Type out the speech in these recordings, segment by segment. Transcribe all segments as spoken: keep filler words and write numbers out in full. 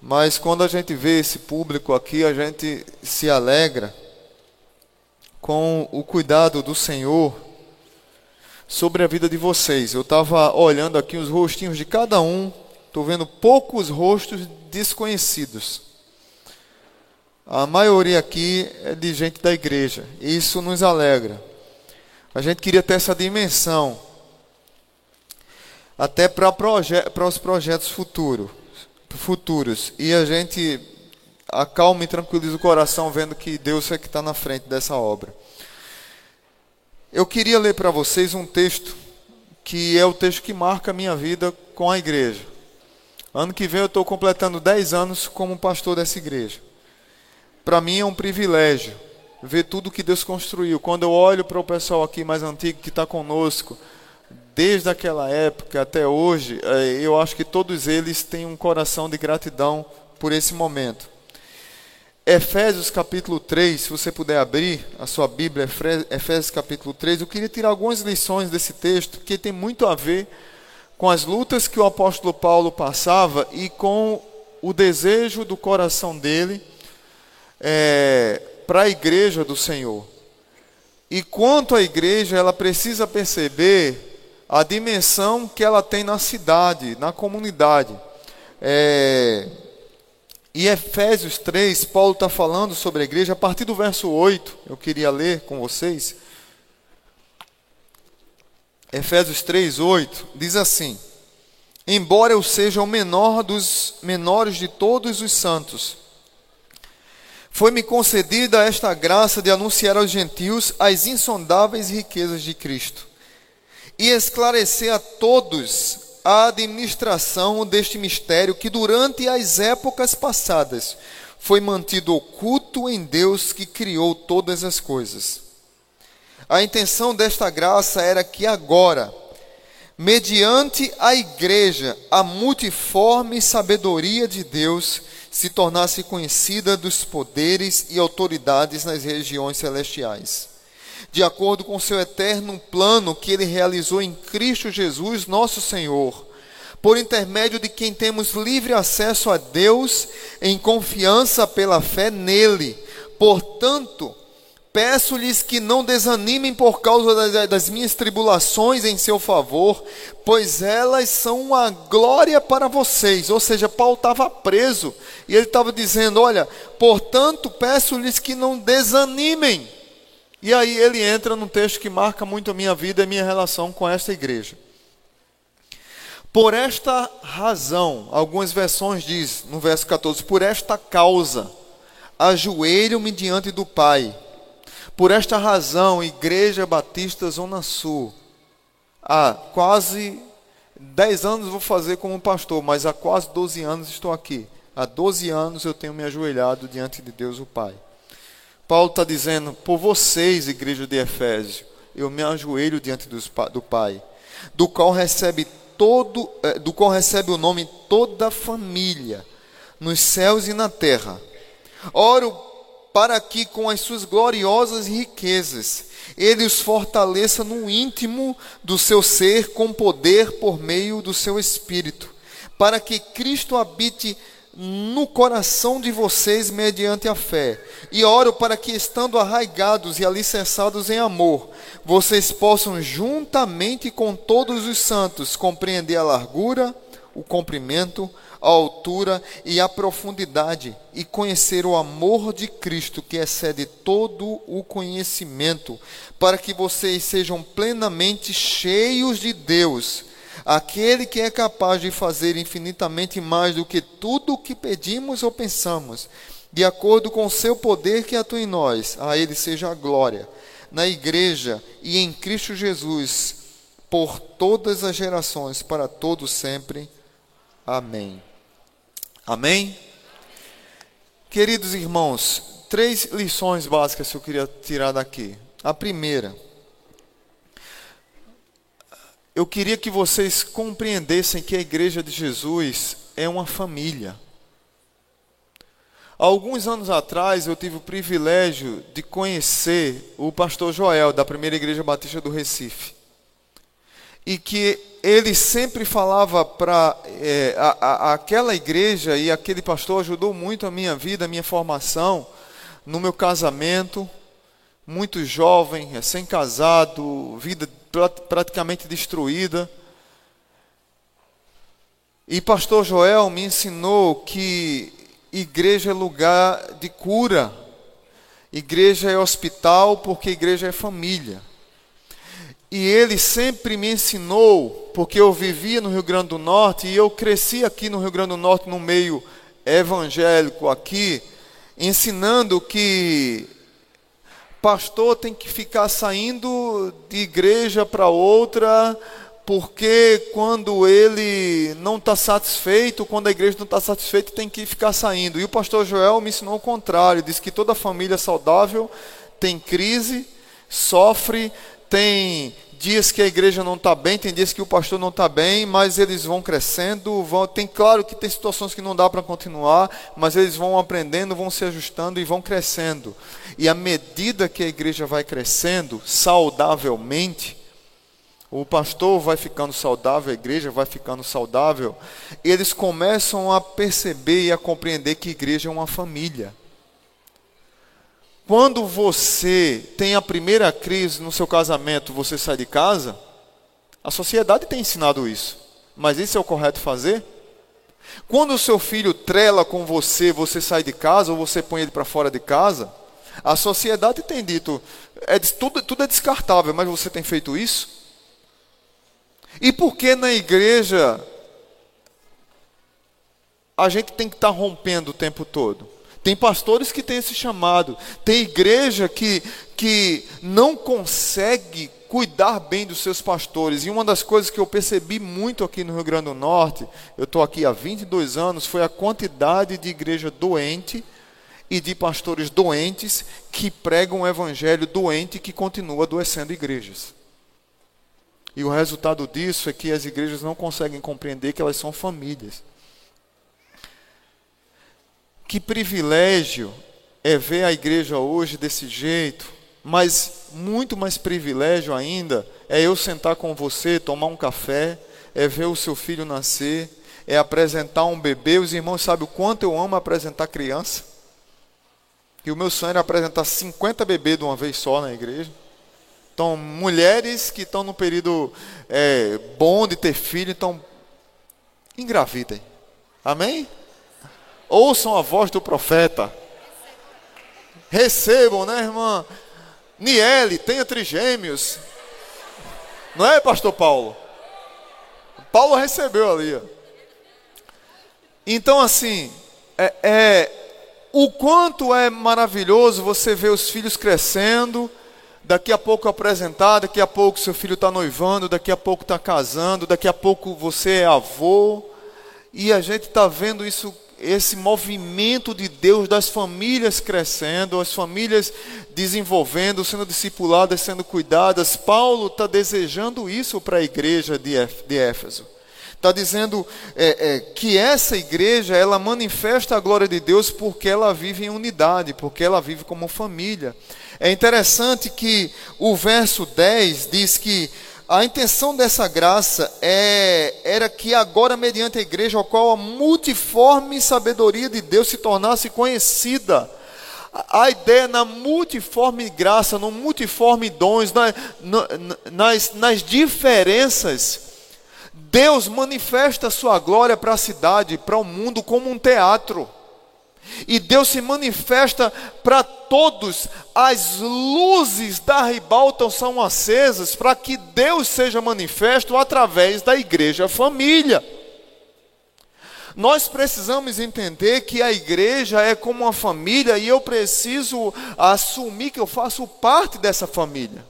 mas quando a gente vê esse público aqui, a gente se alegra com o cuidado do Senhor sobre a vida de vocês. Eu estava olhando aqui os rostinhos de cada um, estou vendo poucos rostos desconhecidos. A maioria aqui é de gente da igreja, e isso nos alegra. A gente queria ter essa dimensão, até para proje- para os projetos futuro, futuros, e a gente acalma e tranquiliza o coração vendo que Deus é que está na frente dessa obra. Eu queria ler para vocês um texto, que é o texto que marca a minha vida com a igreja. Ano que vem eu estou completando dez anos como pastor dessa igreja. Para mim é um privilégio ver tudo que Deus construiu. Quando eu olho para o pessoal aqui mais antigo que está conosco, desde aquela época até hoje, eu acho que todos eles têm um coração de gratidão por esse momento. Efésios capítulo três, se você puder abrir a sua Bíblia, Efésios capítulo três, eu queria tirar algumas lições desse texto, que tem muito a ver com as lutas que o apóstolo Paulo passava e com o desejo do coração dele é, para a igreja do Senhor. E quanto a igreja, ela precisa perceber a dimensão que ela tem na cidade, na comunidade. É, e Efésios três, Paulo está falando sobre a igreja, a partir do verso oito, eu queria ler com vocês. Efésios três, oito, diz assim: embora eu seja o menor dos menores de todos os santos, foi-me concedida esta graça de anunciar aos gentios as insondáveis riquezas de Cristo, e esclarecer a todos a administração deste mistério que durante as épocas passadas foi mantido oculto em Deus que criou todas as coisas. A intenção desta graça era que agora, mediante a igreja, a multiforme sabedoria de Deus se tornasse conhecida dos poderes e autoridades nas regiões celestiais, de acordo com seu eterno plano que ele realizou em Cristo Jesus, nosso Senhor, por intermédio de quem temos livre acesso a Deus em confiança pela fé nele. Portanto, peço-lhes que não desanimem por causa das minhas tribulações em seu favor, pois elas são uma glória para vocês. Ou seja, Paulo estava preso e ele estava dizendo, olha, portanto, peço-lhes que não desanimem. E aí ele entra num texto que marca muito a minha vida e a minha relação com esta igreja. Por esta razão, algumas versões diz, no verso catorze, por esta causa, ajoelho-me diante do Pai. Por esta razão, Igreja Batista Zona Sul. Há quase dez anos vou fazer como pastor, mas há quase doze anos estou aqui. Há doze anos eu tenho me ajoelhado diante de Deus o Pai. Paulo está dizendo, por vocês, igreja de Efésio, eu me ajoelho diante dos, do Pai, do qual recebe todo, do qual recebe o nome toda a família, nos céus e na terra. Oro para que com as suas gloriosas riquezas, ele os fortaleça no íntimo do seu ser com poder por meio do seu Espírito, para que Cristo habite no coração de vocês mediante a fé, e oro para que, estando arraigados e alicerçados em amor, vocês possam juntamente com todos os santos compreender a largura, o comprimento, a altura e a profundidade, e conhecer o amor de Cristo que excede todo o conhecimento, para que vocês sejam plenamente cheios de Deus, aquele que é capaz de fazer infinitamente mais do que tudo o que pedimos ou pensamos, de acordo com o seu poder que atua em nós. A ele seja a glória, na igreja e em Cristo Jesus, por todas as gerações, para todos sempre. Amém. Amém? Queridos irmãos, três lições básicas que eu queria tirar daqui. A primeira, eu queria que vocês compreendessem que a igreja de Jesus é uma família. Há alguns anos atrás eu tive o privilégio de conhecer o pastor Joel, da primeira igreja batista do Recife. e que ele sempre falava para é, aquela igreja, e aquele pastor ajudou muito a minha vida, a minha formação, no meu casamento, muito jovem, recém-casado, vida praticamente destruída. E pastor Joel me ensinou que igreja é lugar de cura, igreja é hospital, porque igreja é família. E ele sempre me ensinou, porque eu vivia no Rio Grande do Norte, e eu cresci aqui no Rio Grande do Norte, no meio evangélico aqui, ensinando que pastor tem que ficar saindo de igreja para outra, porque quando ele não está satisfeito, quando a igreja não está satisfeita, tem que ficar saindo. E o pastor Joel me ensinou o contrário, disse que toda família saudável tem crise, sofre, tem dias que a igreja não está bem, tem dias que o pastor não está bem, mas eles vão crescendo, vão, tem claro que tem situações que não dá para continuar, mas eles vão aprendendo, vão se ajustando e vão crescendo. E à medida que a igreja vai crescendo saudavelmente, o pastor vai ficando saudável, a igreja vai ficando saudável, eles começam a perceber e a compreender que a igreja é uma família. Quando você tem a primeira crise no seu casamento, você sai de casa, a sociedade tem ensinado isso, mas isso é o correto fazer? Quando o seu filho trela com você, você sai de casa ou você põe ele para fora de casa, a sociedade tem dito, é, tudo, tudo é descartável, mas você tem feito isso? E por que na igreja a gente tem que estar rompendo o tempo todo? Tem pastores que têm esse chamado, tem igreja que, que não consegue cuidar bem dos seus pastores. E uma das coisas que eu percebi muito aqui no Rio Grande do Norte, eu estou aqui há vinte e dois anos, foi a quantidade de igreja doente e de pastores doentes que pregam o evangelho doente e que continua adoecendo igrejas. E o resultado disso é que as igrejas não conseguem compreender que elas são famílias. Que privilégio é ver a igreja hoje desse jeito, mas muito mais privilégio ainda é eu sentar com você, tomar um café, é ver o seu filho nascer, é apresentar um bebê. Os irmãos sabem o quanto eu amo apresentar criança. E o meu sonho era apresentar cinquenta bebês de uma vez só na igreja. Então, mulheres que estão no período é, bom de ter filho, então engravidem. Amém? Ouçam a voz do profeta. Recebam, né, irmã? Niele, tenha trigêmeos. Não é, pastor Paulo? Paulo recebeu ali. Ó. Então, assim, é, é, o quanto é maravilhoso você ver os filhos crescendo, daqui a pouco apresentar, daqui a pouco seu filho está noivando, daqui a pouco está casando, daqui a pouco você é avô, e a gente está vendo isso, esse movimento de Deus das famílias crescendo, as famílias desenvolvendo, sendo discipuladas, sendo cuidadas. Paulo está desejando isso para a igreja de Éfeso. Está dizendo é, é, que essa igreja, ela manifesta a glória de Deus porque ela vive em unidade, porque ela vive como família. É interessante que o verso dez diz que a intenção dessa graça é, era que agora, mediante a igreja, ao qual a multiforme sabedoria de Deus se tornasse conhecida. A ideia na multiforme graça, no multiforme dons, na, na, nas, nas diferenças, Deus manifesta a sua glória para a cidade, para o mundo, como um teatro. E Deus se manifesta para todos. As luzes da ribalta são acesas para que Deus seja manifesto através da igreja família. Nós precisamos entender que a igreja é como uma família e eu preciso assumir que eu faço parte dessa família.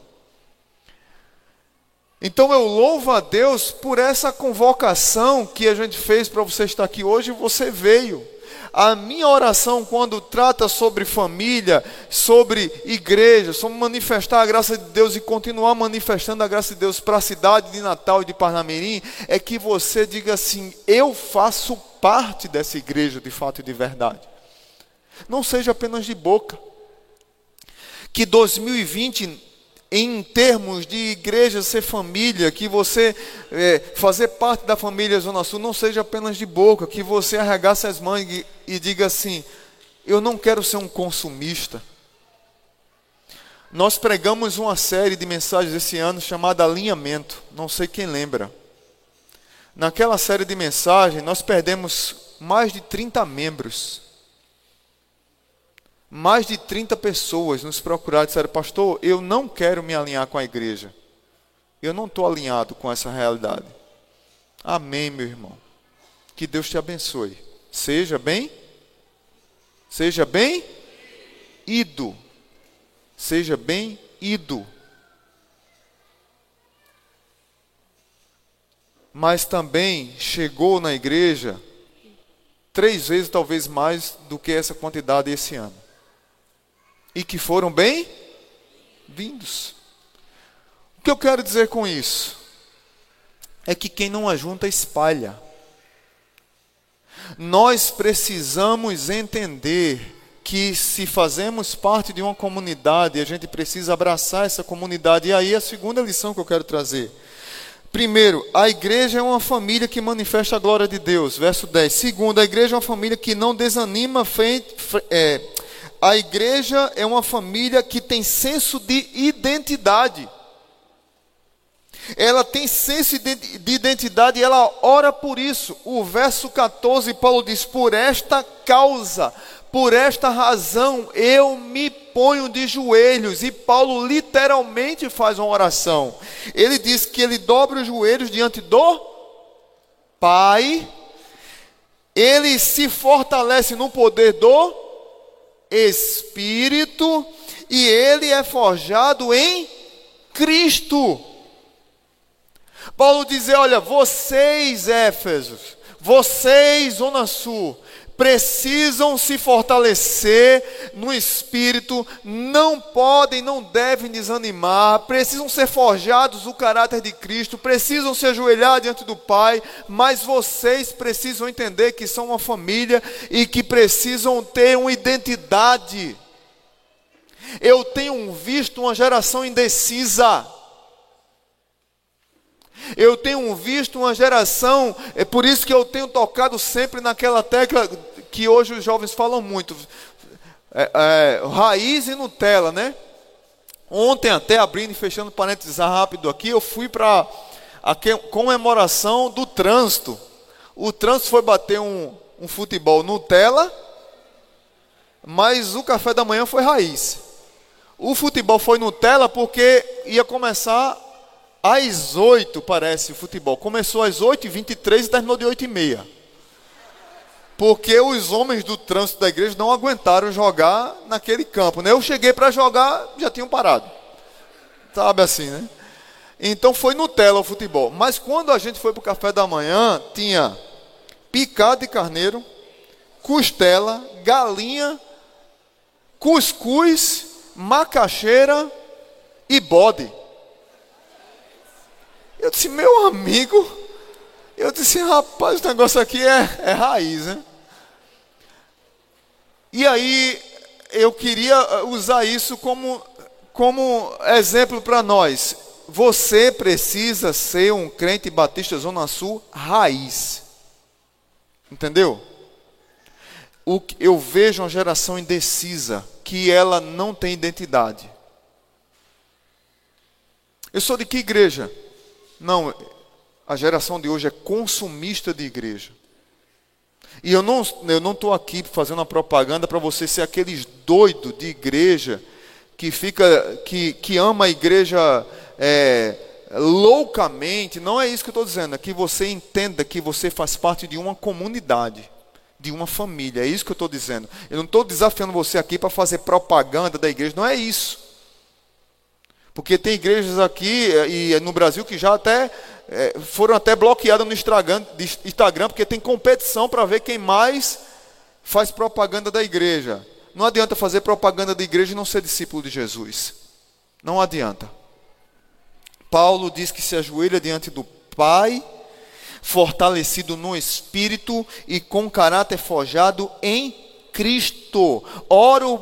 Então eu louvo a Deus por essa convocação que a gente fez para você estar aqui hoje e você veio. A minha oração quando trata sobre família, sobre igreja, sobre manifestar a graça de Deus e continuar manifestando a graça de Deus para a cidade de Natal e de Parnamirim, é que você diga assim: eu faço parte dessa igreja de fato e de verdade. Não seja apenas de boca. Que dois mil e vinte em termos de igreja ser família, que você é, fazer parte da família Zona Sul não seja apenas de boca, que você arregace as mãos e, e diga assim: eu não quero ser um consumista. Nós pregamos uma série de mensagens esse ano chamada Alinhamento, não sei quem lembra. Naquela série de mensagens nós perdemos mais de trinta membros. Mais de trinta pessoas nos procuraram e disseram: pastor, eu não quero me alinhar com a igreja. Eu não estou alinhado com essa realidade. Amém, meu irmão. Que Deus te abençoe. Seja bem, seja bem ido. Seja bem ido. Mas também chegou na igreja três vezes, talvez mais do que essa quantidade esse ano. E que foram bem-vindos. O que eu quero dizer com isso? É que quem não ajunta, espalha. Nós precisamos entender que se fazemos parte de uma comunidade, a gente precisa abraçar essa comunidade. E aí a segunda lição que eu quero trazer. Primeiro, a igreja é uma família que manifesta a glória de Deus. Verso dez. Segundo, a igreja é uma família que não desanima frente... É, A igreja é uma família que tem senso de identidade. Ela tem senso de identidade e ela ora por isso. O verso catorze, Paulo diz: por esta causa, por esta razão, eu me ponho de joelhos. E Paulo literalmente faz uma oração. Ele diz que ele dobra os joelhos diante do Pai. Ele se fortalece no poder do Espírito, e ele é forjado em Cristo. Paulo diz: olha, vocês, Éfesos, vocês, Zona Sul, precisam se fortalecer no Espírito, não podem, não devem desanimar, precisam ser forjados o caráter de Cristo, precisam se ajoelhar diante do Pai, mas vocês precisam entender que são uma família e que precisam ter uma identidade. Eu tenho visto uma geração indecisa. Eu tenho visto uma geração, é por isso que eu tenho tocado sempre naquela tecla que hoje os jovens falam muito, é, é, raiz e Nutella, né? Ontem, até abrindo e fechando parênteses rápido aqui, eu fui para a comemoração do trânsito. O trânsito foi bater um, um futebol Nutella, mas o café da manhã foi raiz. O futebol foi Nutella porque ia começar às oito, parece, o futebol. Começou às oito e vinte e três e terminou de oito e meia. Porque os homens do trânsito da igreja não aguentaram jogar naquele campo, né? Eu cheguei para jogar, já tinham parado. Sabe assim, né? Então foi Nutella o futebol. Mas quando a gente foi para o café da manhã, tinha picado de carneiro, costela, galinha, cuscuz, macaxeira e bode. Eu disse: meu amigo, eu disse: rapaz, esse negócio aqui é, é raiz, né? E aí, eu queria usar isso como, como exemplo para nós. Você precisa ser um crente batista Zona Sul raiz. Entendeu? O, eu vejo uma geração indecisa, que ela não tem identidade. Eu sou de que igreja? Não, a geração de hoje é consumista de igreja. E eu não eu não estou aqui fazendo uma propaganda para você ser aqueles doidos de igreja que fica que, que ama a igreja é, loucamente. Não é isso que eu estou dizendo. É que você entenda que você faz parte de uma comunidade, de uma família. É isso que eu estou dizendo. Eu não estou desafiando você aqui para fazer propaganda da igreja. Não é isso. Porque tem igrejas aqui e no Brasil que já até é, foram até bloqueadas no Instagram, Instagram porque tem competição para ver quem mais faz propaganda da igreja. Não adianta fazer propaganda da igreja e não ser discípulo de Jesus. Não adianta. Paulo diz que se ajoelha diante do Pai, fortalecido no Espírito e com caráter forjado em Cristo. Oro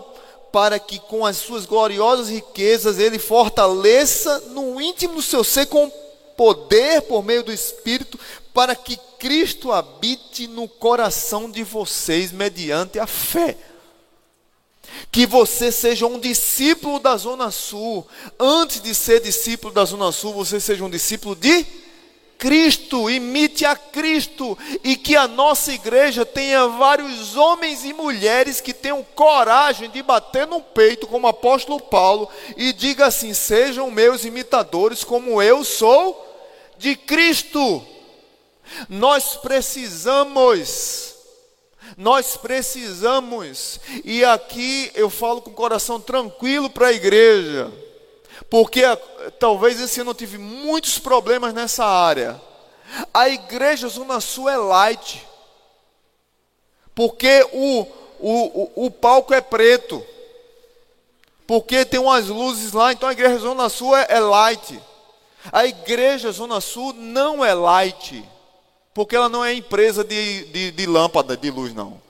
para que com as suas gloriosas riquezas Ele fortaleça no íntimo do seu ser com poder por meio do Espírito, para que Cristo habite no coração de vocês mediante a fé. Que você seja um discípulo da Zona Sul. Antes de ser discípulo da Zona Sul, você seja um discípulo de Cristo. Imite a Cristo. E que a nossa igreja tenha vários homens e mulheres que tenham coragem de bater no peito, como o apóstolo Paulo, e diga assim: sejam meus imitadores como eu sou de Cristo. Nós precisamos... Nós precisamos, e aqui eu falo com o coração tranquilo para a igreja, porque talvez esse ano eu tive muitos problemas nessa área. A igreja Zona Sul é light, porque o, o, o, o palco é preto, porque tem umas luzes lá, então a igreja Zona Sul é, é light. A igreja Zona Sul não é light, porque ela não é empresa de, de, de lâmpada de luz, não.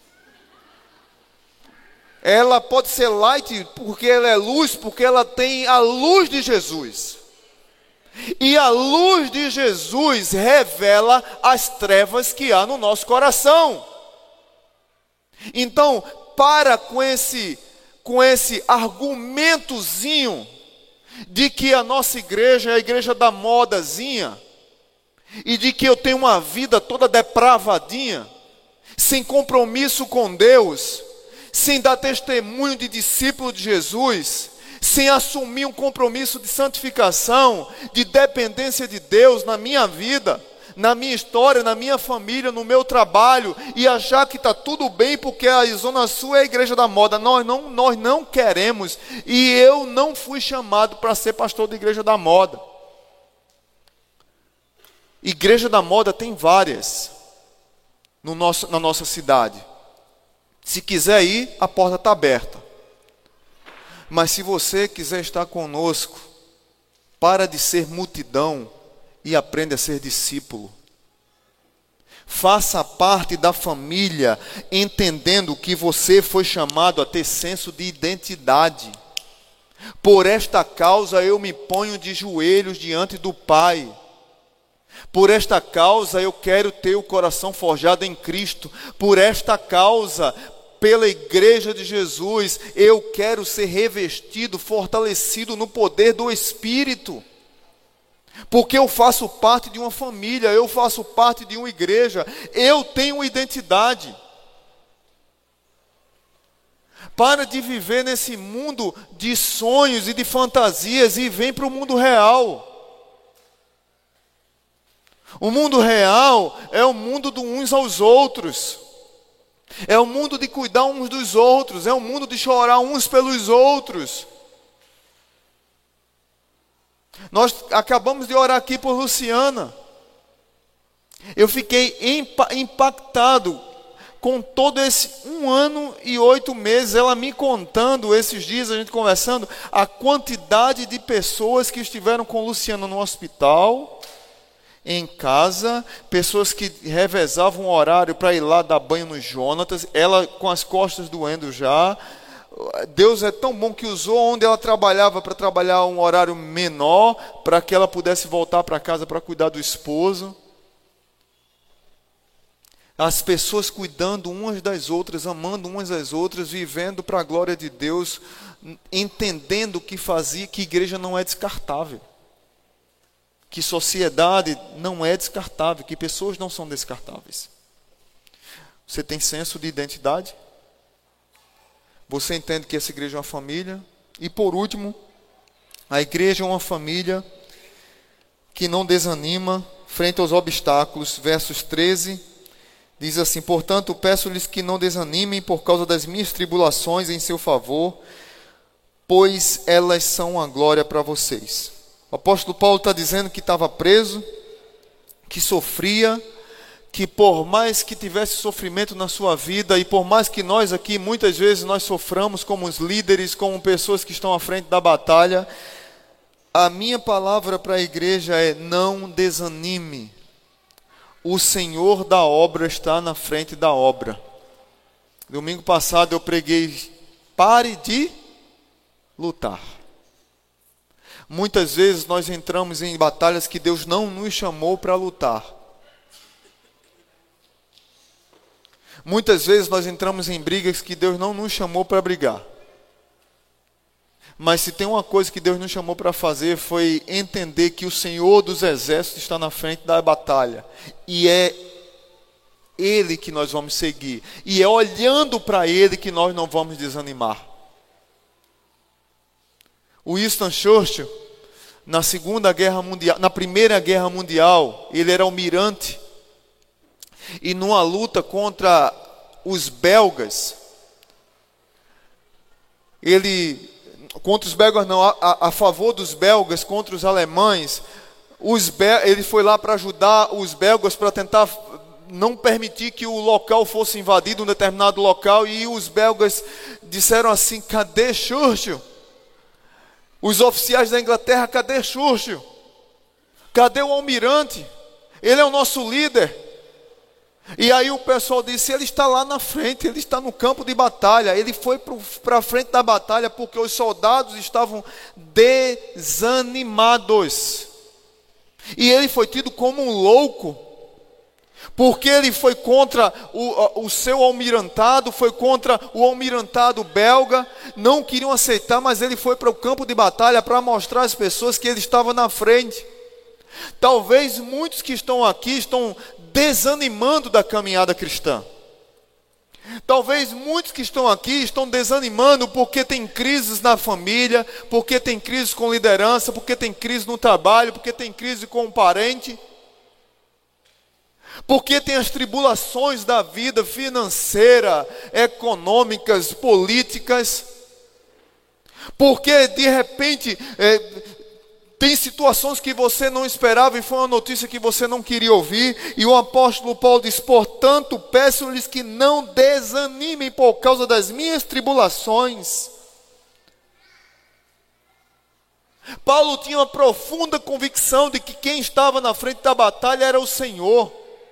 Ela pode ser light porque ela é luz, porque ela tem a luz de Jesus. E a luz de Jesus revela as trevas que há no nosso coração. Então, para com esse, com esse argumentozinho de que a nossa igreja é a igreja da modazinha, e de que eu tenho uma vida toda depravadinha, sem compromisso com Deus, sem dar testemunho de discípulo de Jesus, sem assumir um compromisso de santificação, de dependência de Deus na minha vida, na minha história, na minha família, no meu trabalho, e achar que está tudo bem porque a Zona Sul é a igreja da moda. Nós não, nós não queremos, e eu não fui chamado para ser pastor da igreja da moda. Igreja da moda tem várias no nosso, na nossa cidade. Se quiser ir, a porta está aberta. Mas se você quiser estar conosco, para de ser multidão e aprenda a ser discípulo. Faça parte da família, entendendo que você foi chamado a ter senso de identidade. Por esta causa eu me ponho de joelhos diante do Pai. Por esta causa eu quero ter o coração forjado em Cristo. Por esta causa, pela igreja de Jesus, eu quero ser revestido, fortalecido no poder do Espírito. Porque eu faço parte de uma família, eu faço parte de uma igreja, eu tenho identidade. Para de viver nesse mundo de sonhos e de fantasias e vem para o mundo real. O mundo real é o mundo do uns aos outros. É o mundo de cuidar uns dos outros. É o mundo de chorar uns pelos outros. Nós acabamos de orar aqui por Luciana. Eu fiquei empa- impactado com todo esse um ano e oito meses, ela me contando, esses dias a gente conversando, a quantidade de pessoas que estiveram com Luciana no hospital, em casa, pessoas que revezavam o horário para ir lá dar banho no Jonatas, ela com as costas doendo já. Deus é tão bom que usou onde ela trabalhava para trabalhar um horário menor, para que ela pudesse voltar para casa para cuidar do esposo. As pessoas cuidando umas das outras, amando umas às outras, vivendo para a glória de Deus, entendendo o que fazia, que igreja não é descartável. Que sociedade não é descartável, que pessoas não são descartáveis. Você tem senso de identidade? Você entende que essa igreja é uma família? E por último, a igreja é uma família que não desanima frente aos obstáculos. Versos treze, diz assim: portanto, peço-lhes que não desanimem por causa das minhas tribulações em seu favor, pois elas são uma glória para vocês. O apóstolo Paulo está dizendo que estava preso, que sofria, que por mais que tivesse sofrimento na sua vida, e por mais que nós aqui, muitas vezes nós soframos como os líderes, como pessoas que estão à frente da batalha, a minha palavra para a igreja é: não desanime. O Senhor da obra está na frente da obra. Domingo passado eu preguei Pare de lutar. Muitas vezes nós entramos em batalhas que Deus não nos chamou para lutar. Muitas vezes nós entramos em brigas que Deus não nos chamou para brigar. Mas se tem uma coisa que Deus nos chamou para fazer, foi entender que o Senhor dos Exércitos está na frente da batalha. E é Ele que nós vamos seguir. E é olhando para Ele que nós não vamos desanimar. O Winston Churchill, na Segunda Guerra Mundial, na Primeira Guerra Mundial, ele era almirante. E numa luta contra os belgas, ele... contra os belgas não, a, a favor dos belgas, contra os alemães, os bel, ele foi lá para ajudar os belgas para tentar não permitir que o local fosse invadido, um determinado local, e os belgas disseram assim: cadê Churchill? Os oficiais da Inglaterra, cadê Churchill? Cadê o almirante? Ele é o nosso líder. E aí o pessoal disse: ele está lá na frente, ele está no campo de batalha. Ele foi para a frente da batalha porque os soldados estavam desanimados. E ele foi tido como um louco, porque ele foi contra o, o seu almirantado, foi contra o almirantado belga. Não queriam aceitar, mas ele foi para o campo de batalha para mostrar às pessoas que ele estava na frente. Talvez muitos que estão aqui estão desanimando da caminhada cristã. Talvez muitos que estão aqui estão desanimando porque tem crises na família, porque tem crise com liderança, porque tem crise no trabalho, porque tem crise com um parente, porque tem as tribulações da vida financeira, econômicas, políticas, porque de repente é, tem situações que você não esperava e foi uma notícia que você não queria ouvir. E o apóstolo Paulo diz: portanto, peço-lhes que não desanimem por causa das minhas tribulações. Paulo tinha uma profunda convicção de que quem estava na frente da batalha era o Senhor.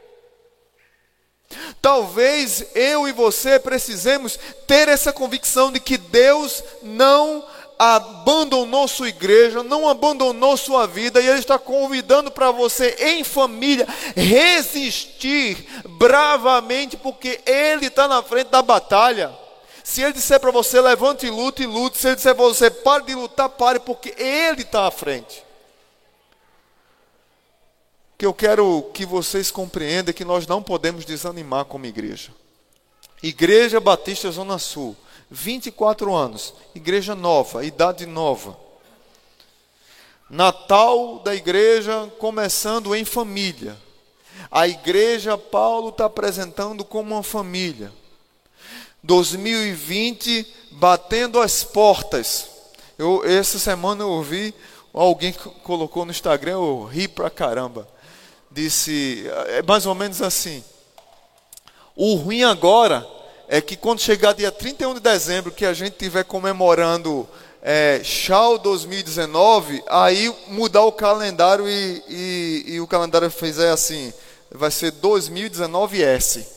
Talvez eu e você precisemos ter essa convicção de que Deus não abandonou sua igreja, não abandonou sua vida, e Ele está convidando para você em família resistir bravamente, porque Ele está na frente da batalha. Se Ele disser para você: levante e lute, e lute. Se Ele disser para você: pare de lutar, pare, porque Ele está à frente. O que eu quero que vocês compreendam é que nós não podemos desanimar como igreja. Igreja Batista Zona Sul, vinte e quatro anos, igreja nova, idade nova. Natal da igreja começando em família. A igreja Paulo está apresentando como uma família. dois mil e vinte batendo as portas. Eu, essa semana eu ouvi alguém que colocou no Instagram, eu ri pra caramba. Disse, é mais ou menos assim: o ruim agora é que quando chegar dia trinta e um de dezembro, que a gente estiver comemorando é, Chau dois mil e dezenove, aí mudar o calendário e, e, e o calendário fizer assim, vai ser dois mil e dezenove S.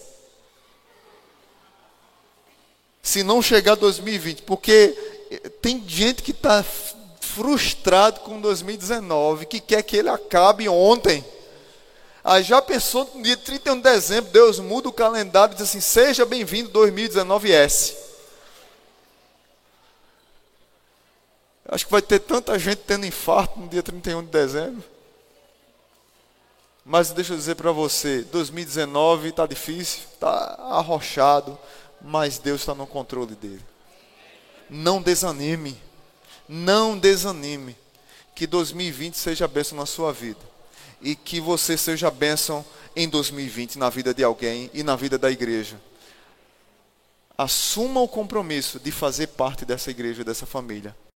Se não chegar dois mil e vinte, porque tem gente que está frustrado com dois mil e dezenove, que quer que ele acabe ontem. Aí já pensou no dia trinta e um de dezembro, Deus muda o calendário e diz assim: seja bem-vindo dois mil e dezenove S. Acho que vai ter tanta gente tendo infarto no dia trinta e um de dezembro. Mas deixa eu dizer para você, dois mil e dezenove está difícil, está arrochado, mas Deus está no controle dele. Não desanime, não desanime. Que dois mil e vinte seja a bênção na sua vida. E que você seja bênção em dois mil e vinte na vida de alguém e na vida da igreja. Assuma o compromisso de fazer parte dessa igreja, dessa família.